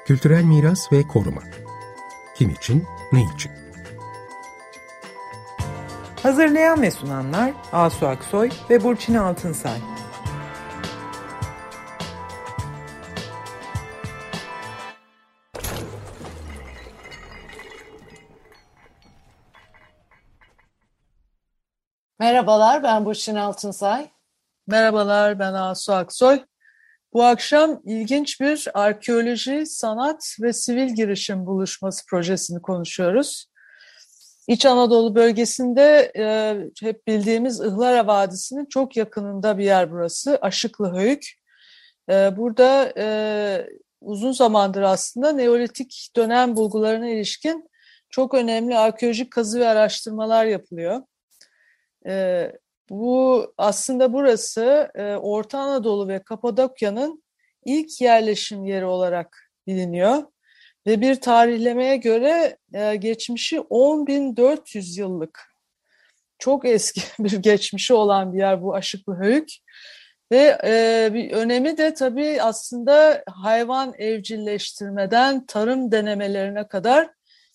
Kültürel miras ve koruma. Kim için, ne için? Hazırlayan ve sunanlar Asu Aksoy ve Burçin Altınsay. Merhabalar, ben Burçin Altınsay. Merhabalar, ben Asu Aksoy. Bu akşam ilginç bir arkeoloji, sanat ve sivil girişim buluşması projesini konuşuyoruz. İç Anadolu bölgesinde hep bildiğimiz Ihlara Vadisi'nin çok yakınında bir yer burası, Aşıklıhöyük. Burada uzun zamandır aslında Neolitik dönem bulgularına ilişkin çok önemli arkeolojik kazı ve araştırmalar yapılıyor. Aslında burası Orta Anadolu ve Kapadokya'nın ilk yerleşim yeri olarak biliniyor. Ve bir tarihlemeye göre geçmişi 10.400 yıllık. Çok eski bir geçmişi olan bir yer bu Aşıklıhöyük. Ve bir önemi de tabii aslında hayvan evcilleştirmeden tarım denemelerine kadar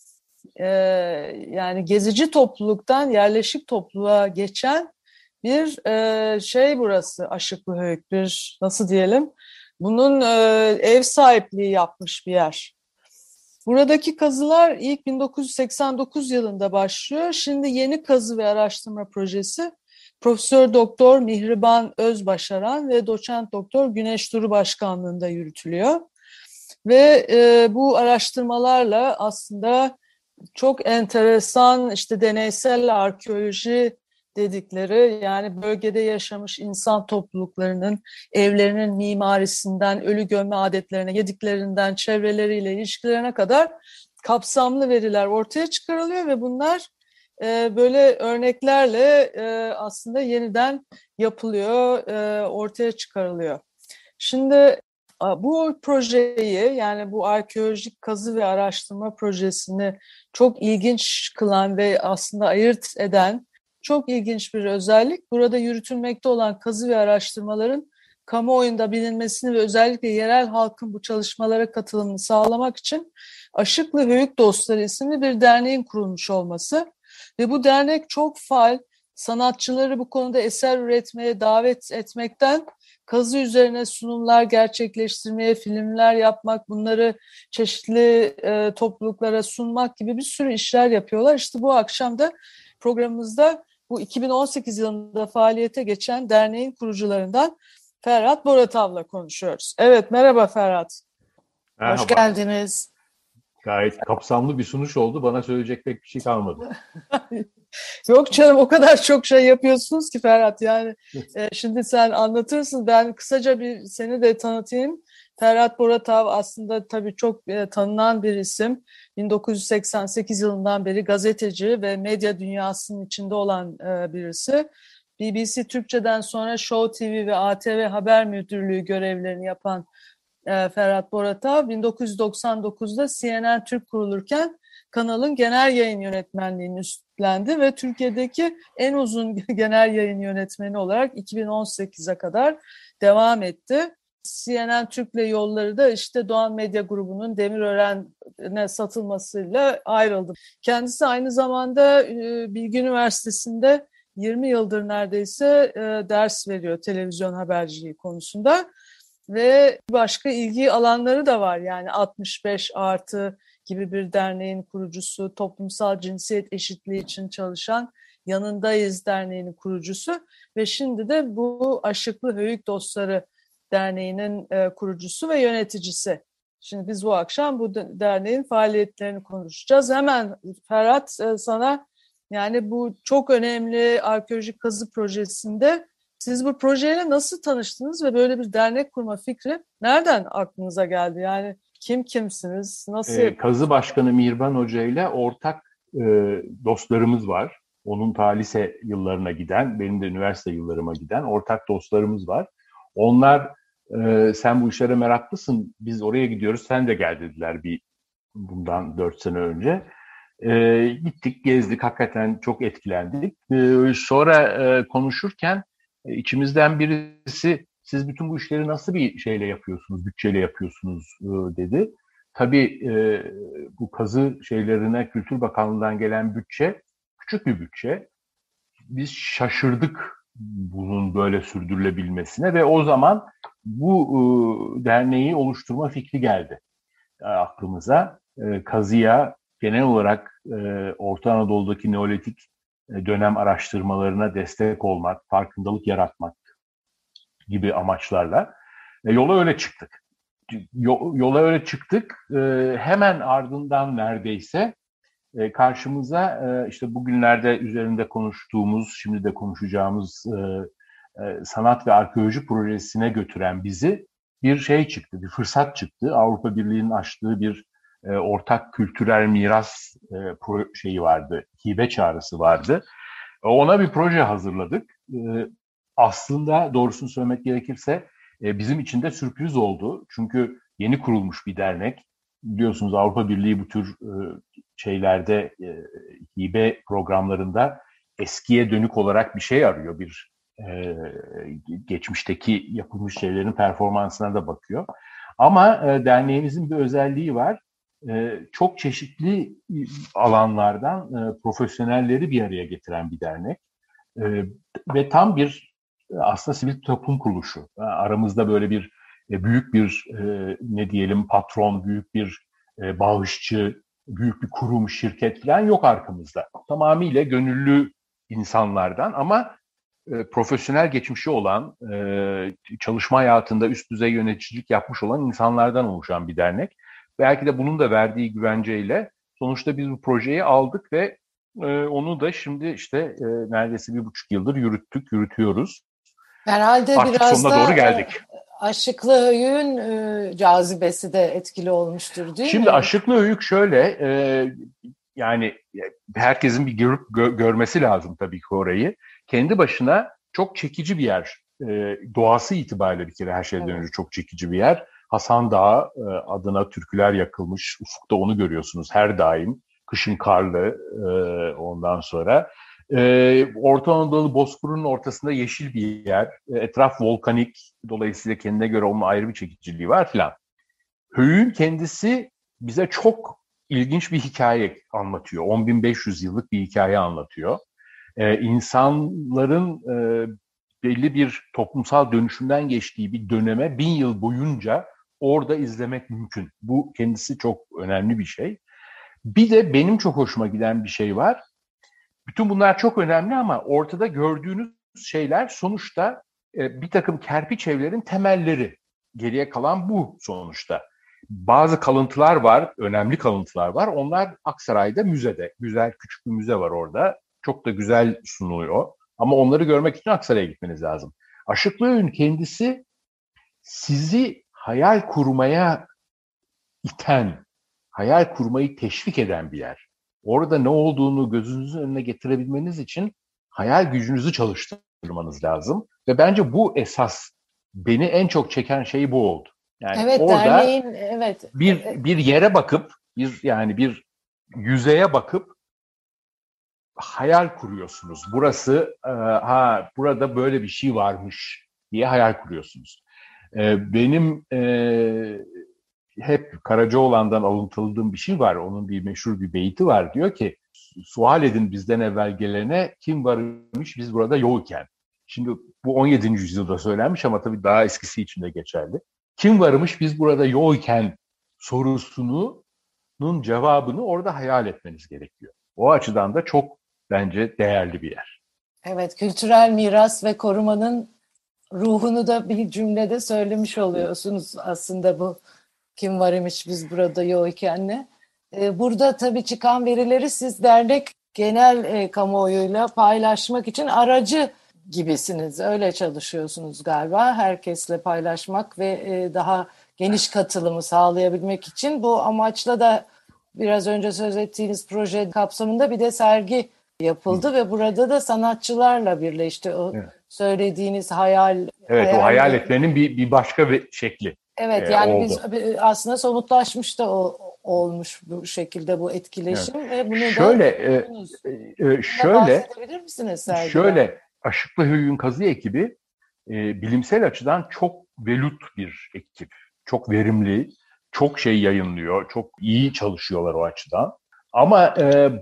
yani gezici topluluktan yerleşik topluluğa geçen bir burası Aşıklıhöyük, bir nasıl diyelim, bunun ev sahipliği yapmış bir yer. Buradaki kazılar ilk 1989 yılında başlıyor. Şimdi yeni kazı ve araştırma projesi Profesör Doktor Mihriban Özbaşaran ve Doçent Doktor Güneş Duru başkanlığında yürütülüyor. Ve bu araştırmalarla aslında çok enteresan deneysel arkeoloji dedikleri, yani bölgede yaşamış insan topluluklarının evlerinin mimarisinden, ölü gömme adetlerine, yediklerinden, çevreleriyle ilişkilerine kadar kapsamlı veriler ortaya çıkarılıyor ve bunlar böyle örneklerle aslında yeniden yapılıyor, ortaya çıkarılıyor. Şimdi bu projeyi, yani bu arkeolojik kazı ve araştırma projesini çok ilginç kılan ve aslında ayırt eden çok ilginç bir özellik, burada yürütülmekte olan kazı ve araştırmaların kamuoyunda bilinmesini ve özellikle yerel halkın bu çalışmalara katılımını sağlamak için Aşıklıhöyük Dostları isimli bir derneğin kurulmuş olması ve bu dernek çok faal, sanatçıları bu konuda eser üretmeye davet etmekten kazı üzerine sunumlar gerçekleştirmeye, filmler yapmak, bunları çeşitli topluluklara sunmak gibi bir sürü işler yapıyorlar. İşte bu akşam da programımızda bu 2018 yılında faaliyete geçen derneğin kurucularından Ferhat Boratav'la konuşuyoruz. Evet, merhaba Ferhat. Merhaba. Hoş geldiniz. Gayet kapsamlı bir sunuş oldu. Bana söyleyecek pek bir şey kalmadı. Yok canım, o kadar çok şey yapıyorsunuz ki Ferhat. Yani şimdi sen anlatırsın. Ben kısaca seni de tanıtayım. Ferhat Boratav aslında tabii çok tanınan bir isim. 1988 yılından beri gazeteci ve medya dünyasının içinde olan birisi. BBC Türkçe'den sonra Show TV ve ATV Haber Müdürlüğü görevlerini yapan Ferhat Boratav 1999'da CNN Türk kurulurken kanalın genel yayın yönetmenliğini üstlendi ve Türkiye'deki en uzun genel yayın yönetmeni olarak 2018'e kadar devam etti. CNN Türk'le yolları da Doğan Medya Grubu'nun Demirören'e satılmasıyla ayrıldı. Kendisi aynı zamanda Bilgi Üniversitesi'nde 20 yıldır neredeyse ders veriyor televizyon haberciliği konusunda. Ve başka ilgi alanları da var. Yani 65 artı gibi bir derneğin kurucusu, toplumsal cinsiyet eşitliği için çalışan Yanındayız Derneği'nin kurucusu ve şimdi de bu Aşıklıhöyük Dostları Derneği'nin kurucusu ve yöneticisi. Şimdi biz bu akşam bu derneğin faaliyetlerini konuşacağız. Hemen Ferhat, sana, yani bu çok önemli arkeolojik kazı projesinde siz bu projeyle nasıl tanıştınız ve böyle bir dernek kurma fikri nereden aklınıza geldi? Yani kimsiniz? Nasıl? Kazı Başkanı Mihriban Hoca ile ortak dostlarımız var. Onun ta lise yıllarına giden, benim de üniversite yıllarıma giden ortak dostlarımız var. Onlar sen bu işlere meraklısın, biz oraya gidiyoruz, sen de gel dediler bundan 4 sene önce. Gittik, gezdik, hakikaten çok etkilendik. Sonra konuşurken içimizden birisi, siz bütün bu işleri nasıl bir şeyle yapıyorsunuz, bütçeyle yapıyorsunuz dedi. Tabii bu kazı şeylerine Kültür Bakanlığı'ndan gelen bütçe küçük bir bütçe. Biz şaşırdık bunun böyle sürdürülebilmesine ve o zaman bu derneği oluşturma fikri geldi aklımıza. Kazıya genel olarak Orta Anadolu'daki Neolitik dönem araştırmalarına destek olmak, farkındalık yaratmak gibi amaçlarla yola öyle çıktık. Yola öyle çıktık. Hemen ardından neredeyse karşımıza işte bugünlerde üzerinde konuştuğumuz, şimdi de konuşacağımız sanat ve arkeoloji projesine götüren bizi bir şey çıktı, bir fırsat çıktı. Avrupa Birliği'nin açtığı bir ortak kültürel miras şeyi vardı, hibe çağrısı vardı. Ona bir proje hazırladık. Aslında doğrusunu söylemek gerekirse bizim için de sürpriz oldu. Çünkü yeni kurulmuş bir dernek. Biliyorsunuz Avrupa Birliği bu tür şeylerde hibe programlarında eskiye dönük olarak bir şey arıyor. Bir geçmişteki yapılmış şeylerin performansına da bakıyor. Ama derneğimizin bir özelliği var. Çok çeşitli alanlardan profesyonelleri bir araya getiren bir dernek. Ve tam bir aslında sivil toplum kuruluşu. Aramızda böyle bir büyük bir ne diyelim patron, büyük bir bağışçı, büyük bir kurum, şirket falan yok arkamızda. Tamamıyla gönüllü insanlardan ama profesyonel geçmişi olan, çalışma hayatında üst düzey yöneticilik yapmış olan insanlardan oluşan bir dernek. Belki de bunun da verdiği güvenceyle sonuçta biz bu projeyi aldık ve onu da şimdi işte neredeyse 1,5 yıldır yürütüyoruz. Herhalde artık biraz sonuna da doğru geldik. Aşıklı Höyük'ün cazibesi de etkili olmuştur değil mi? Şimdi Aşıklı Höyük şöyle, yani herkesin bir görmesi lazım tabii ki orayı. Kendi başına çok çekici bir yer. Doğası itibariyle bir kere her şeyden önce çok çekici bir yer. Hasan Dağı adına türküler yakılmış. Ufukta onu görüyorsunuz her daim. Kışın karlı ondan sonra. Orta Anadolu Bozkır'ın ortasında yeşil bir yer. Etraf volkanik. Dolayısıyla kendine göre onun ayrı bir çekiciliği var filan. Höyük'ün kendisi bize çok ilginç bir hikaye anlatıyor. 10.500 yıllık bir hikaye anlatıyor. İnsanların belli bir toplumsal dönüşümden geçtiği bir döneme 1000 yıl boyunca orada izlemek mümkün. Bu kendisi çok önemli bir şey. Bir de benim çok hoşuma giden bir şey var. Bütün bunlar çok önemli ama ortada gördüğünüz şeyler sonuçta bir takım kerpiç evlerin temelleri. Geriye kalan bu sonuçta. Bazı kalıntılar var, önemli kalıntılar var. Onlar Aksaray'da müzede. Güzel küçük bir müze var orada. Çok da güzel sunuluyor. Ama onları görmek için Aksaray'a gitmeniz lazım. Aşıklı Höyük'ün kendisi sizi hayal kurmaya iten, hayal kurmayı teşvik eden bir yer. Orada ne olduğunu gözünüzün önüne getirebilmeniz için hayal gücünüzü çalıştırmanız lazım. Ve bence bu esas beni en çok çeken şey bu oldu. Yani evet, orada derneğin, evet. bir yere bakıp, bir yüzeye bakıp hayal kuruyorsunuz. Burası, burada böyle bir şey varmış diye hayal kuruyorsunuz. Benim hep Karacaoğlan'dan alıntıladığım bir şey var. Onun bir meşhur bir beyti var. Diyor ki, sual edin bizden evvel gelene kim varmış biz burada yokken. Şimdi bu 17. yüzyılda söylenmiş ama tabii daha eskisi için de geçerli. Kim varmış biz burada yokken sorusunun cevabını orada hayal etmeniz gerekiyor. O açıdan da çok bence değerli bir yer. Evet, kültürel miras ve korumanın ruhunu da bir cümlede söylemiş oluyorsunuz aslında bu kim var imiş biz burada yokken. Burada tabii çıkan verileri siz dernek genel kamuoyuyla paylaşmak için aracı gibisiniz. Öyle çalışıyorsunuz galiba. Herkesle paylaşmak ve daha geniş katılımı sağlayabilmek için. Bu amaçla da biraz önce söz ettiğiniz proje kapsamında bir de sergi yapıldı ve burada da sanatçılarla birleşti. O söylediğiniz hayal. Evet, o hayal etmenin bir başka şekli. Evet, yani oldu. biz aslında somutlaşmış da olmuş bu şekilde bu etkileşim ve bunu şöyle bahsedebilir misiniz sergiden? Şöyle, Aşıklı Höyük'ün kazı ekibi bilimsel açıdan çok velut bir ekip. Çok verimli, çok şey yayınlıyor, çok iyi çalışıyorlar o açıdan. Ama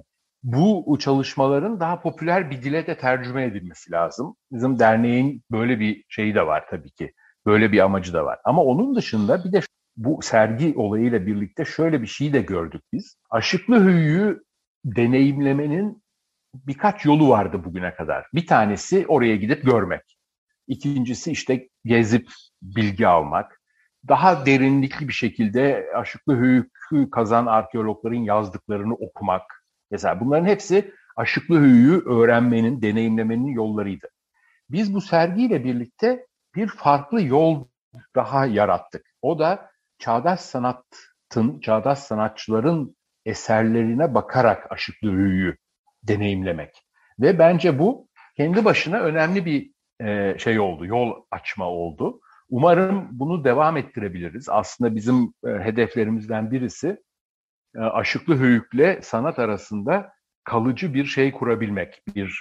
bu çalışmaların daha popüler bir dile de tercüme edilmesi lazım. Bizim derneğin böyle bir şeyi de var tabii ki. Böyle bir amacı da var. Ama onun dışında bir de bu sergi olayıyla birlikte şöyle bir şey de gördük biz. Aşıklı Hüyü'yü deneyimlemenin birkaç yolu vardı bugüne kadar. Bir tanesi oraya gidip görmek. İkincisi işte gezip bilgi almak. Daha derinlikli bir şekilde Aşıklı Hüyük'ü kazan arkeologların yazdıklarını okumak. Mesela bunların hepsi Aşıklı Hüyük'ü öğrenmenin, deneyimlemenin yollarıydı. Biz bu sergiyle birlikte bir farklı yol daha yarattık. O da çağdaş sanatın, çağdaş sanatçıların eserlerine bakarak Aşıklı Hüyük'ü deneyimlemek. Ve bence bu kendi başına önemli bir şey oldu, yol açma oldu. Umarım bunu devam ettirebiliriz. Aslında bizim hedeflerimizden birisi Aşıklı Hüyük'le sanat arasında kalıcı bir şey kurabilmek,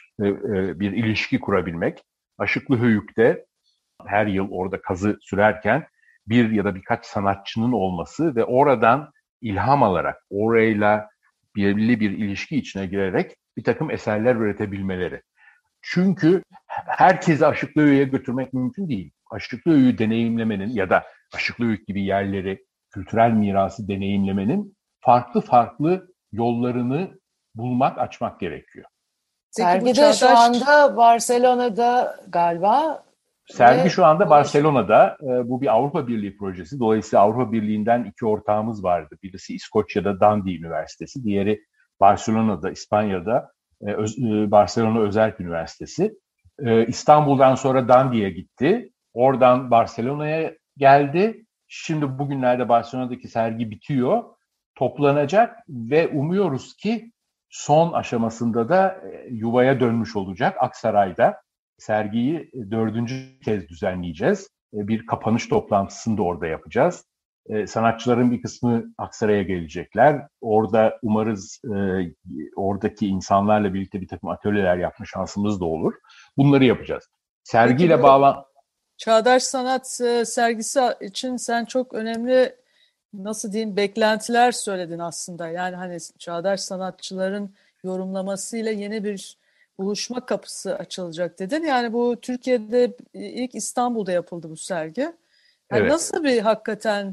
bir ilişki kurabilmek. Aşıklı Hüyük'te her yıl orada kazı sürerken bir ya da birkaç sanatçının olması ve oradan ilham alarak, orayla belli bir ilişki içine girerek bir takım eserler üretebilmeleri. Çünkü herkesi Aşıklı Hüyük'e götürmek mümkün değil. Aşıklı Hüyük'ü deneyimlemenin ya da Aşıklı Hüyük gibi yerleri, kültürel mirası deneyimlemenin farklı farklı yollarını bulmak, açmak gerekiyor. Sergide şu anda Barcelona'da galiba. Sergi şu anda Barcelona'da. Bu bir Avrupa Birliği projesi. Dolayısıyla Avrupa Birliği'nden iki ortağımız vardı. Birisi İskoçya'da Dundee Üniversitesi, diğeri Barcelona'da, İspanya'da Barcelona Özerk Üniversitesi. İstanbul'dan sonra Dundee'ye gitti. Oradan Barcelona'ya geldi. Şimdi bugünlerde Barcelona'daki sergi bitiyor. Toplanacak ve umuyoruz ki son aşamasında da yuvaya dönmüş olacak Aksaray'da. Sergiyi 4. kez düzenleyeceğiz. Bir kapanış toplantısını da orada yapacağız. Sanatçıların bir kısmı Aksaray'a gelecekler. Orada umarız oradaki insanlarla birlikte bir takım atölyeler yapma şansımız da olur. Bunları yapacağız. Sergiyle Çağdaş Sanat sergisi için sen çok önemli, nasıl diyeyim, beklentiler söyledin aslında. Yani hani çağdaş sanatçıların yorumlamasıyla yeni bir buluşma kapısı açılacak dedin. Yani bu Türkiye'de ilk İstanbul'da yapıldı bu sergi. Yani evet. Nasıl bir hakikaten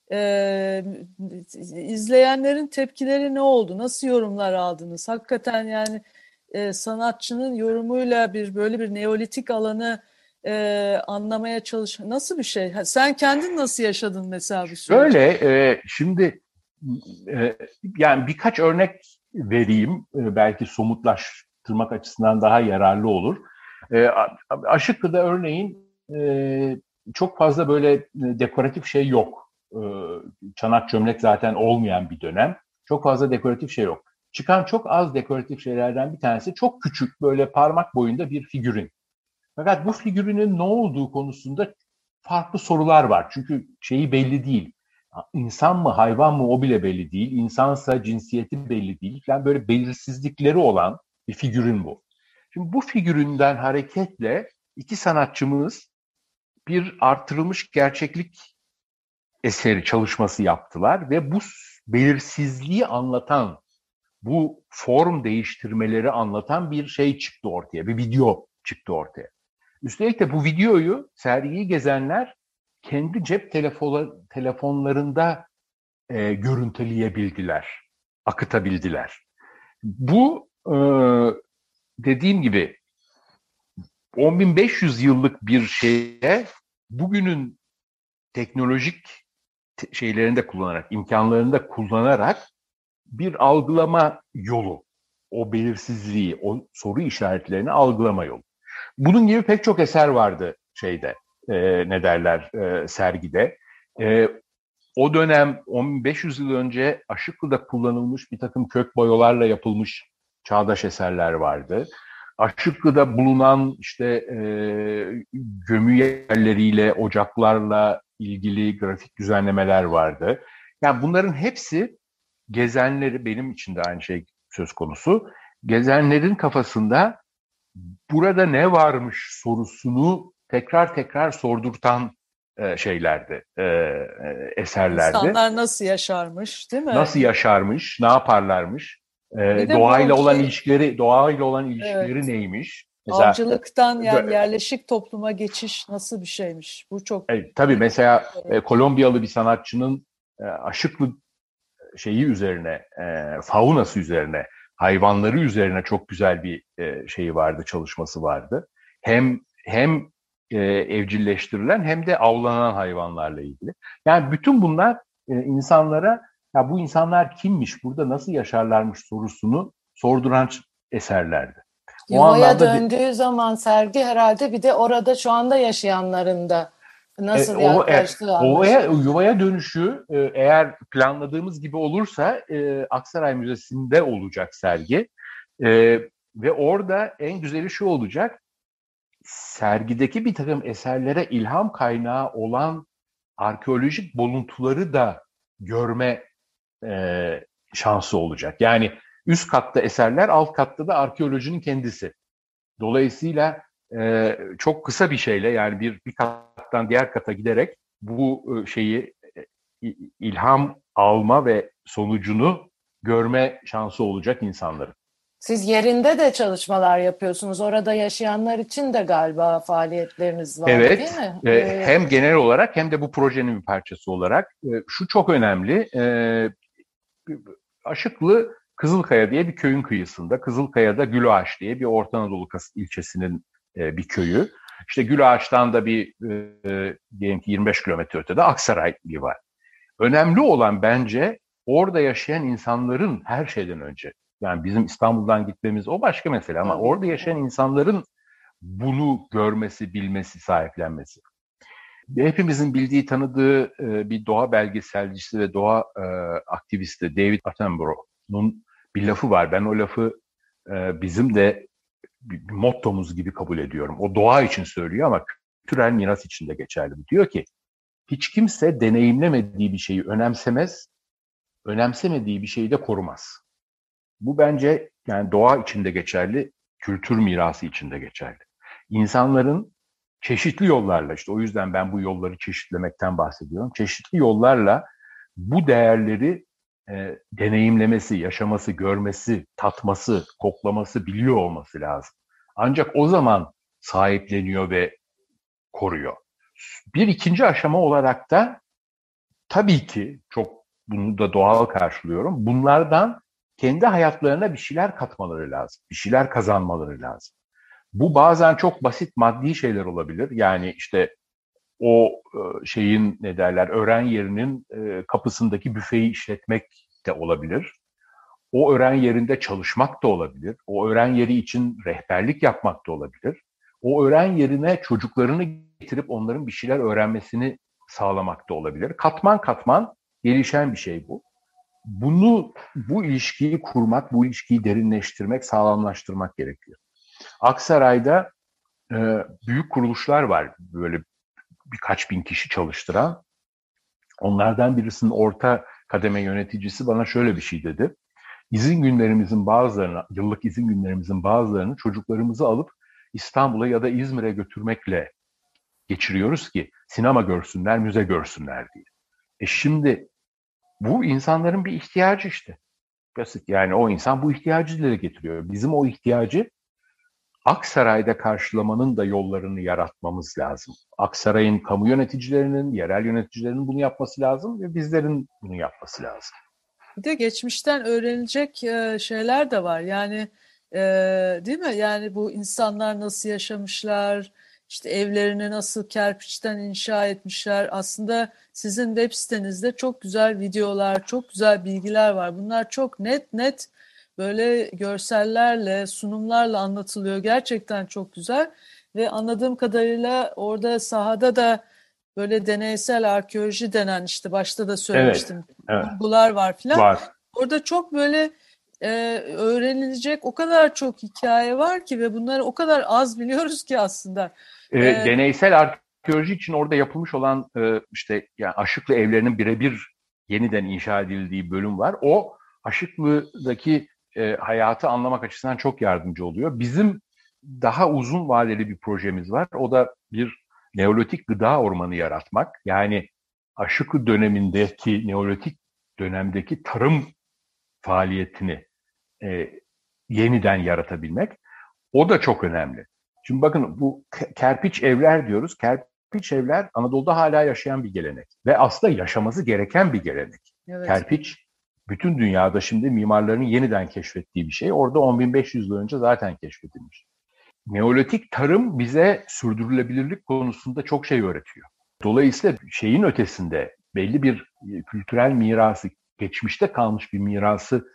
izleyenlerin tepkileri ne oldu? Nasıl yorumlar aldınız? Hakikaten yani sanatçının yorumuyla böyle bir neolitik alanı anlamaya çalış. Nasıl bir şey? Sen kendin nasıl yaşadın mesela bu süreci? Öyle. Şimdi yani birkaç örnek vereyim. Belki somutlaştırmak açısından daha yararlı olur. Aşıklı'da örneğin çok fazla böyle dekoratif şey yok. Çanak çömlek zaten olmayan bir dönem. Çok fazla dekoratif şey yok. Çıkan çok az dekoratif şeylerden bir tanesi çok küçük, böyle parmak boyunda bir figürin. Fakat bu figürünün ne olduğu konusunda farklı sorular var. Çünkü şeyi belli değil. İnsan mı, hayvan mı, o bile belli değil. İnsansa cinsiyeti belli değil. Yani böyle belirsizlikleri olan bir figürün bu. Şimdi bu figüründen hareketle iki sanatçımız bir artırılmış gerçeklik eseri çalışması yaptılar ve bu belirsizliği anlatan, bu form değiştirmeleri anlatan bir şey çıktı ortaya, bir video çıktı ortaya. Üstelik de bu videoyu sergiyi gezenler kendi cep telefonlarında görüntüleyebildiler, akıtabildiler. Bu dediğim gibi 10.500 yıllık bir şeye bugünün teknolojik şeylerini de kullanarak, imkanlarını da kullanarak bir algılama yolu, o belirsizliği, o soru işaretlerini algılama yolu. Bunun gibi pek çok eser vardı sergide. O dönem 1500 yıl önce Aşıklı'da kullanılmış bir takım kök boyalarla yapılmış çağdaş eserler vardı. Aşıklı'da bulunan gömü yerleriyle, ocaklarla ilgili grafik düzenlemeler vardı. Yani bunların hepsi gezenleri, benim için de aynı şey söz konusu, gezenlerin kafasında burada ne varmış sorusunu tekrar tekrar sordurtan şeylerdi, eserlerdi. İnsanlar nasıl yaşarmış, değil mi? Nasıl yaşarmış, ne yaparlarmış, Bir de doğayla bu olan ilişkileri evet, neymiş? Mesela avcılıktan yani yerleşik topluma geçiş nasıl bir şeymiş? Bu çok tabii mesela Kolombiyalı bir sanatçının Aşıklı şeyi üzerine, faunası üzerine, hayvanları üzerine çok güzel bir şeyi vardı, çalışması vardı. Hem evcilleştirilen hem de avlanan hayvanlarla ilgili. Yani bütün bunlar insanlara ya bu insanlar kimmiş, burada nasıl yaşarlarmış sorusunu sorduran eserlerdi. O Yuvaya anlamda döndüğü zaman sergi herhalde bir de orada şu anda yaşayanların da nasıl yaklaştığı anlaşılıyor. Yuvaya dönüşü eğer planladığımız gibi olursa Aksaray Müzesi'nde olacak sergi. Ve orada en güzeli şu olacak, sergideki bir takım eserlere ilham kaynağı olan arkeolojik buluntuları da görme şansı olacak. Yani üst katta eserler, alt katta da arkeolojinin kendisi. Dolayısıyla çok kısa bir şeyle, yani bir kattan diğer kata giderek bu şeyi ilham alma ve sonucunu görme şansı olacak insanların. Siz yerinde de çalışmalar yapıyorsunuz. Orada yaşayanlar için de galiba faaliyetleriniz var, değil Evet, mi? hem genel olarak hem de bu projenin bir parçası olarak şu çok önemli. Aşıklı Kızılkaya diye bir köyün kıyısında. Kızılkaya'da Gülağaç diye bir Orta Anadolu ilçesinin bir köyü. İşte Gülağaç'tan da diyelim ki 25 kilometre ötede Aksaray var. Önemli olan bence orada yaşayan insanların her şeyden önce, yani bizim İstanbul'dan gitmemiz o başka mesele ama Tabii. orada yaşayan insanların bunu görmesi, bilmesi, sahiplenmesi. Hepimizin bildiği, tanıdığı bir doğa belgeselcisi ve doğa aktivisti David Attenborough'un bir lafı var. Ben o lafı bizim de bir mottomuz gibi kabul ediyorum. O doğa için söylüyor ama kültürel miras için de geçerli. Diyor ki, hiç kimse deneyimlemediği bir şeyi önemsemez, önemsemediği bir şeyi de korumaz. Bu bence yani doğa için de geçerli, kültür mirası için de geçerli. İnsanların çeşitli yollarla, işte o yüzden ben bu yolları çeşitlemekten bahsediyorum. Çeşitli yollarla bu değerleri deneyimlemesi, yaşaması, görmesi, tatması, koklaması, biliyor olması lazım. Ancak o zaman sahipleniyor ve koruyor. Bir ikinci aşama olarak da tabii ki çok bunu da doğal karşılıyorum. Bunlardan kendi hayatlarına bir şeyler katmaları lazım. Bir şeyler kazanmaları lazım. Bu bazen çok basit maddi şeyler olabilir. Yani işte o şeyin ne derler, öğren yerinin kapısındaki büfeyi işletmek de olabilir. O öğren yerinde çalışmak da olabilir. O öğren yeri için rehberlik yapmak da olabilir. O öğren yerine çocuklarını getirip onların bir şeyler öğrenmesini sağlamak da olabilir. Katman katman gelişen bir şey bu. Bu ilişkiyi kurmak, bu ilişkiyi derinleştirmek, sağlamlaştırmak gerekiyor. Aksaray'da büyük kuruluşlar var, böyle birkaç bin kişi çalıştıran. Onlardan birisinin orta kademe yöneticisi bana şöyle bir şey dedi. Yıllık izin günlerimizin bazılarını çocuklarımızı alıp İstanbul'a ya da İzmir'e götürmekle geçiriyoruz ki sinema görsünler, müze görsünler diye. Şimdi bu insanların bir ihtiyacı işte. Basit, yani o insan bu ihtiyacı dile getiriyor. Bizim o ihtiyacı Aksaray'da karşılamanın da yollarını yaratmamız lazım. Aksaray'ın kamu yöneticilerinin, yerel yöneticilerinin bunu yapması lazım ve bizlerin bunu yapması lazım. Bir de geçmişten öğrenilecek şeyler de var. Yani değil mi? Yani bu insanlar nasıl yaşamışlar, işte evlerini nasıl kerpiçten inşa etmişler. Aslında sizin web sitenizde çok güzel videolar, çok güzel bilgiler var. Bunlar çok net böyle görsellerle, sunumlarla anlatılıyor. Gerçekten çok güzel. Ve anladığım kadarıyla orada sahada da böyle deneysel arkeoloji denen, işte başta da söylemiştim, Evet. bulgular var filan. Var. Orada çok böyle öğrenilecek o kadar çok hikaye var ki ve bunları o kadar az biliyoruz ki aslında. Deneysel arkeoloji için orada yapılmış olan işte yani Aşıklı evlerinin birebir yeniden inşa edildiği bölüm var. O Aşıklı'daki hayatı anlamak açısından çok yardımcı oluyor. Bizim daha uzun vadeli bir projemiz var. O da bir Neolitik gıda ormanı yaratmak, yani Aşıklı dönemindeki, Neolitik dönemdeki tarım faaliyetini yeniden yaratabilmek, o da çok önemli. Şimdi bakın, bu kerpiç evler diyoruz. Kerpiç evler Anadolu'da hala yaşayan bir gelenek ve aslında yaşaması gereken bir gelenek. Evet. Kerpiç bütün dünyada şimdi mimarların yeniden keşfettiği bir şey. Orada 10.500 yıl önce zaten keşfedilmiş. Neolitik tarım bize sürdürülebilirlik konusunda çok şey öğretiyor. Dolayısıyla şeyin ötesinde belli bir kültürel mirası, geçmişte kalmış bir mirası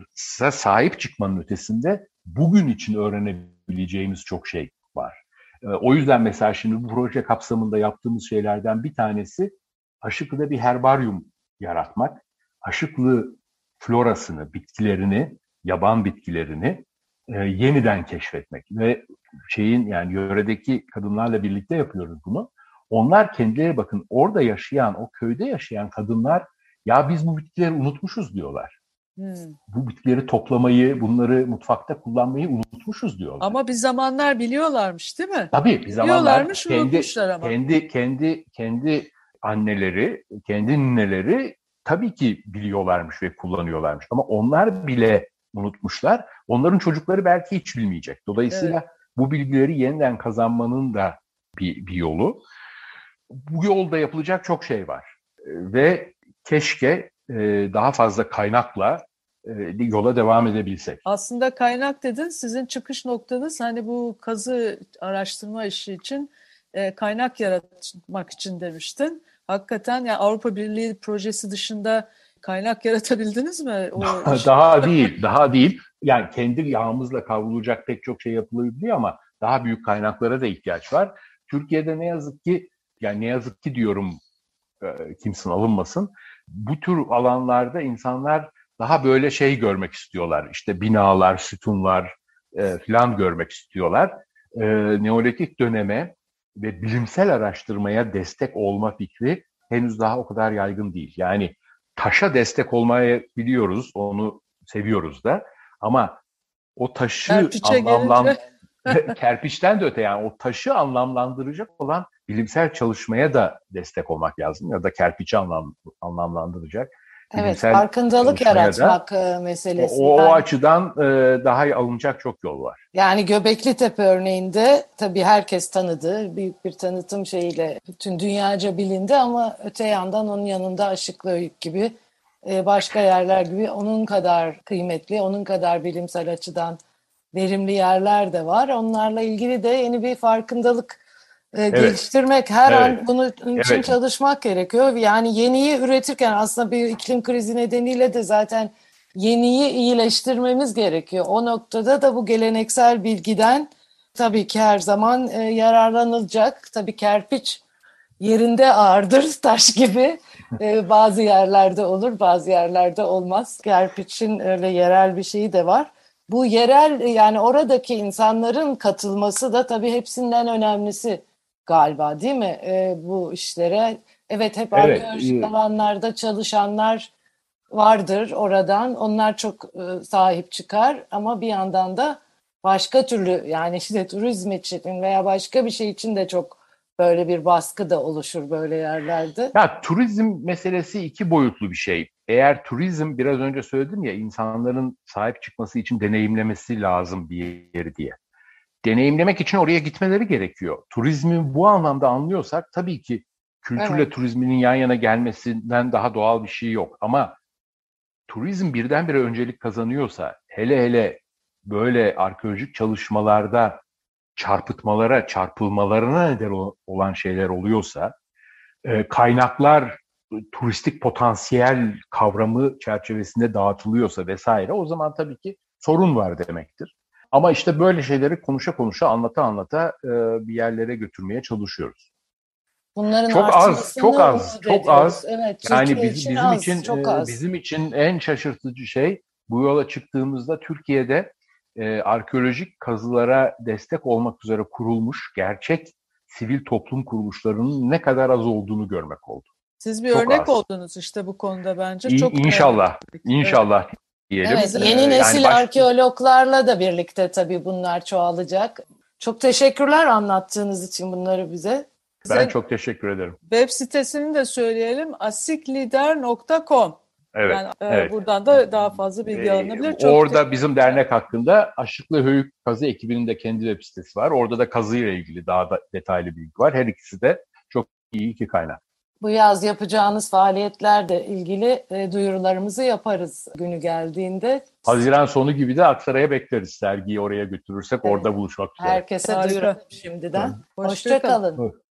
sahip çıkmanın ötesinde bugün için öğrenebileceğimiz çok şey var. O yüzden mesela şimdi bu proje kapsamında yaptığımız şeylerden bir tanesi Aşıklı'da bir herbaryum yaratmak. Aşıklı florasını, bitkilerini, yaban bitkilerini yeniden keşfetmek ve yani yöredeki kadınlarla birlikte yapıyoruz bunu. Onlar kendileri, bakın, orada yaşayan, o köyde yaşayan kadınlar, ya biz bu bitkileri unutmuşuz diyorlar. Bu bitkileri toplamayı, bunları mutfakta kullanmayı unutmuşuz diyorlar. Ama bir zamanlar biliyorlarmış, değil mi? Tabii bir zamanlar unutmuşlar ama. kendi anneleri, kendi nineleri tabii ki biliyorlarmış ve kullanıyorlarmış. Ama onlar bile unutmuşlar. Onların çocukları belki hiç bilmeyecek. Dolayısıyla bu bilgileri yeniden kazanmanın da bir yolu. Bu yolda yapılacak çok şey var. Ve keşke daha fazla kaynakla yola devam edebilsek. Aslında kaynak dedin, sizin çıkış noktanız hani bu kazı araştırma işi için kaynak yaratmak için demiştin. Hakikaten yani Avrupa Birliği projesi dışında kaynak yaratabildiniz mi? Daha değil. Yani kendi yağımızla kavrulacak pek çok şey yapılabiliyor ama daha büyük kaynaklara da ihtiyaç var. Türkiye'de ne yazık ki diyorum, kimsin alınmasın. Bu tür alanlarda insanlar daha böyle şey görmek istiyorlar. İşte binalar, sütunlar falan görmek istiyorlar. Neolitik döneme ve bilimsel araştırmaya destek olma fikri henüz daha o kadar yaygın değil. Yani taşa destek olmayı biliyoruz, onu seviyoruz da. Ama o taşı kerpiçten de öte, yani o taşı anlamlandıracak olan bilimsel çalışmaya da destek olmak lazım, ya da kerpiçi anlamlandıracak. Evet, farkındalık yaratmak meselesi. O açıdan daha alınacak çok yol var. Yani Göbekli-Tepe örneğinde tabii herkes tanıdı, büyük bir tanıtım şeyiyle bütün dünyaca bilindi ama öte yandan onun yanında Aşıklıhöyük gibi başka yerler gibi onun kadar kıymetli, onun kadar bilimsel açıdan verimli yerler de var. Onlarla ilgili de yeni bir farkındalık geliştirmek, her an bunun için çalışmak gerekiyor. Yani yeniyi üretirken aslında bir iklim krizi nedeniyle de zaten yeniyi iyileştirmemiz gerekiyor. O noktada da bu geleneksel bilgiden tabii ki her zaman yararlanılacak. Tabii kerpiç yerinde ağırdır, taş gibi. Bazı yerlerde olur, bazı yerlerde olmaz. Kerpiçin öyle yerel bir şeyi de var. Bu yerel, yani oradaki insanların katılması da tabii hepsinden önemlisi galiba, değil mi? Bu işlere. Evet, hep arkeolojik alanlarda çalışanlar vardır oradan. Onlar çok sahip çıkar ama bir yandan da başka türlü, yani işte turizm için veya başka bir şey için de çok böyle bir baskı da oluşur böyle yerlerde. Ya turizm meselesi iki boyutlu bir şey. Eğer turizm, biraz önce söyledim ya, insanların sahip çıkması için deneyimlemesi lazım bir yeri diye. Deneyimlemek için oraya gitmeleri gerekiyor. Turizmi bu anlamda anlıyorsak tabii ki kültürle turizminin yan yana gelmesinden daha doğal bir şey yok. Ama turizm birdenbire öncelik kazanıyorsa, hele böyle arkeolojik çalışmalarda çarpılmalarına neden olan şeyler oluyorsa, kaynaklar turistik potansiyel kavramı çerçevesinde dağıtılıyorsa vesaire, o zaman tabii ki sorun var demektir. Ama işte böyle şeyleri konuşa anlata bir yerlere götürmeye çalışıyoruz. Bunların çok az. Evet, yani bizim için en şaşırtıcı şey, bu yola çıktığımızda Türkiye'de arkeolojik kazılara destek olmak üzere kurulmuş gerçek sivil toplum kuruluşlarının ne kadar az olduğunu görmek oldu. Siz bir örnek oldunuz işte bu konuda bence. İnşallah diyelim. Evet, yeni nesil arkeologlarla da birlikte tabii bunlar çoğalacak. Çok teşekkürler anlattığınız için bunları bize. Ben çok teşekkür ederim. Web sitesini de söyleyelim. asiklider.com. Evet, Yani evet. buradan da daha fazla bilgi alınabilir. Çok orada bizim dernek hakkında Aşıklı Höyük Kazı ekibinin de kendi web sitesi var. Orada da kazıyla ilgili daha da detaylı bilgi var. Her ikisi de çok iyi iki kaynak. Bu yaz yapacağınız faaliyetlerle ilgili duyurularımızı yaparız günü geldiğinde. Haziran sonu gibi de Aksaray'a bekleriz. Sergiyi oraya götürürsek orada buluşmak üzere. Herkese Harika. duyuralım şimdiden. Hoşça Hoşça kalın. kalın.